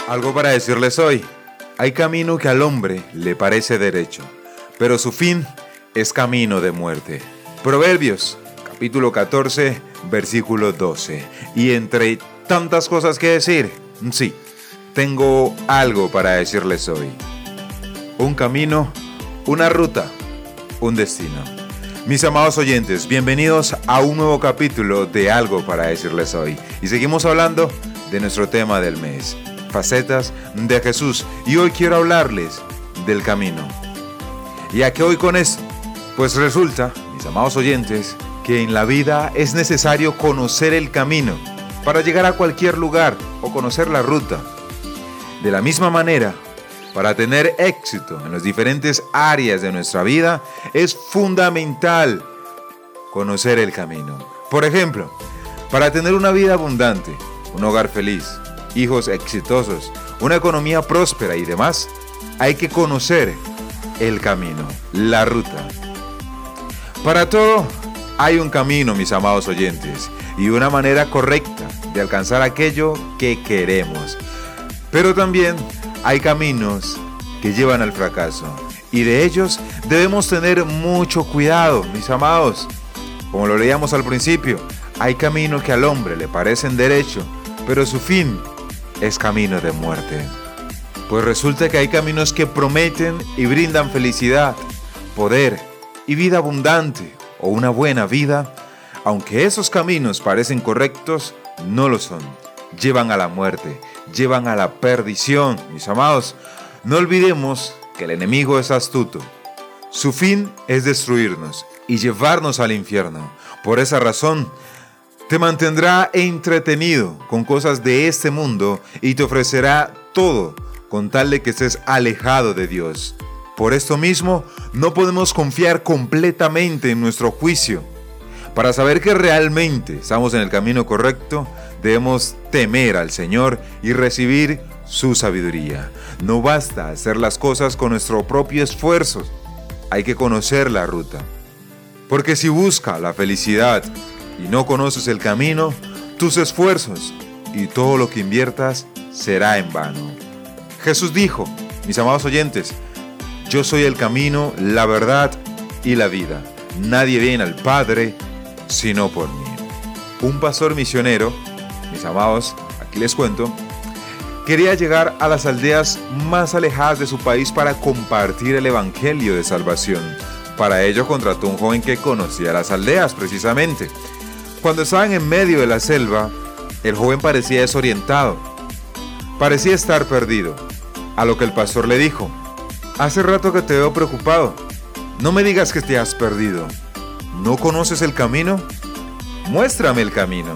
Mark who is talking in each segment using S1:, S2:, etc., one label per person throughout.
S1: Algo para decirles hoy. Hay camino que al hombre le parece derecho, pero su fin es camino de muerte. Proverbios, capítulo 14, versículo 12. Y entre tantas cosas que decir, sí, tengo algo para decirles hoy. Un camino, una ruta, un destino. Mis amados oyentes, bienvenidos a un nuevo capítulo de Algo para decirles hoy. Y seguimos hablando de nuestro tema del mes, facetas de Jesús. Y hoy quiero hablarles del camino. ¿Y a qué hoy con esto? Pues resulta, mis amados oyentes, que en la vida es necesario conocer el camino para llegar a cualquier lugar o conocer la ruta. De la misma manera, para tener éxito en las diferentes áreas de nuestra vida, es fundamental conocer el camino. Por ejemplo, para tener una vida abundante, un hogar feliz, hijos exitosos, una economía próspera y demás, hay que conocer el camino, la ruta. Para todo hay un camino, mis amados oyentes, y una manera correcta de alcanzar aquello que queremos. Pero también hay caminos que llevan al fracaso, y de ellos debemos tener mucho cuidado, mis amados. Como lo leíamos al principio, hay caminos que al hombre le parecen derecho, pero su fin es camino de muerte. Pues resulta que hay caminos que prometen y brindan felicidad, poder y vida abundante, o una buena vida, aunque esos caminos parecen correctos, no lo son. Llevan a la muerte, llevan a la perdición, mis amados. No olvidemos que el enemigo es astuto. Su fin es destruirnos y llevarnos al infierno. Por esa razón, te mantendrá entretenido con cosas de este mundo y te ofrecerá todo con tal de que estés alejado de Dios. Por esto mismo, no podemos confiar completamente en nuestro juicio. Para saber que realmente estamos en el camino correcto, debemos temer al Señor y recibir su sabiduría. No basta hacer las cosas con nuestro propio esfuerzo. Hay que conocer la ruta. Porque si buscas la felicidad y no conoces el camino, tus esfuerzos y todo lo que inviertas será en vano. Jesús dijo, mis amados oyentes, yo soy el camino, la verdad y la vida. Nadie viene al Padre sino por mí. Un pastor misionero, mis amados, aquí les cuento, quería llegar a las aldeas más alejadas de su país para compartir el evangelio de salvación. Para ello contrató un joven que conocía las aldeas precisamente. Cuando estaban en medio de la selva, el joven parecía desorientado. Parecía estar perdido. A lo que el pastor le dijo, hace rato que te veo preocupado. No me digas que te has perdido. ¿No conoces el camino? Muéstrame el camino.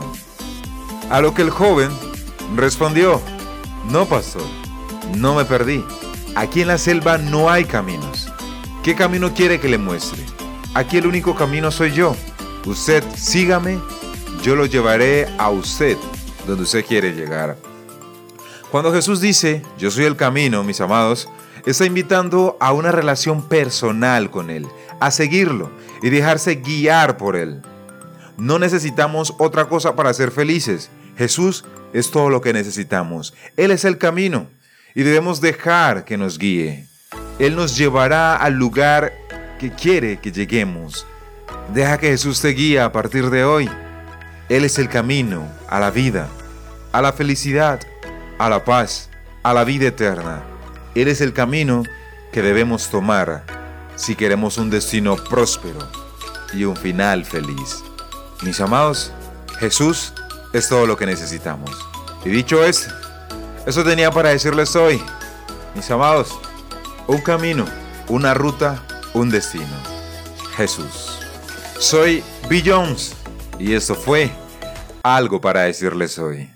S1: A lo que el joven respondió, no, pastor, no me perdí. Aquí en la selva no hay caminos. ¿Qué camino quiere que le muestre? Aquí el único camino soy yo. Usted sígame, yo lo llevaré a usted donde usted quiere llegar. Cuando Jesús dice, yo soy el camino, mis amados, está invitando a una relación personal con Él, a seguirlo y dejarse guiar por Él. No necesitamos otra cosa para ser felices. Jesús es todo lo que necesitamos. Él es el camino y debemos dejar que nos guíe. Él nos llevará al lugar que quiere que lleguemos. Deja que Jesús te guíe a partir de hoy. Él es el camino a la vida, a la felicidad, a la paz, a la vida eterna. Él es el camino que debemos tomar si queremos un destino próspero y un final feliz. Mis amados, Jesús es todo lo que necesitamos. Y dicho esto, eso tenía para decirles hoy. Mis amados, un camino, una ruta, un destino. Jesús. Soy Bill Jones y esto fue Algo para decirles hoy.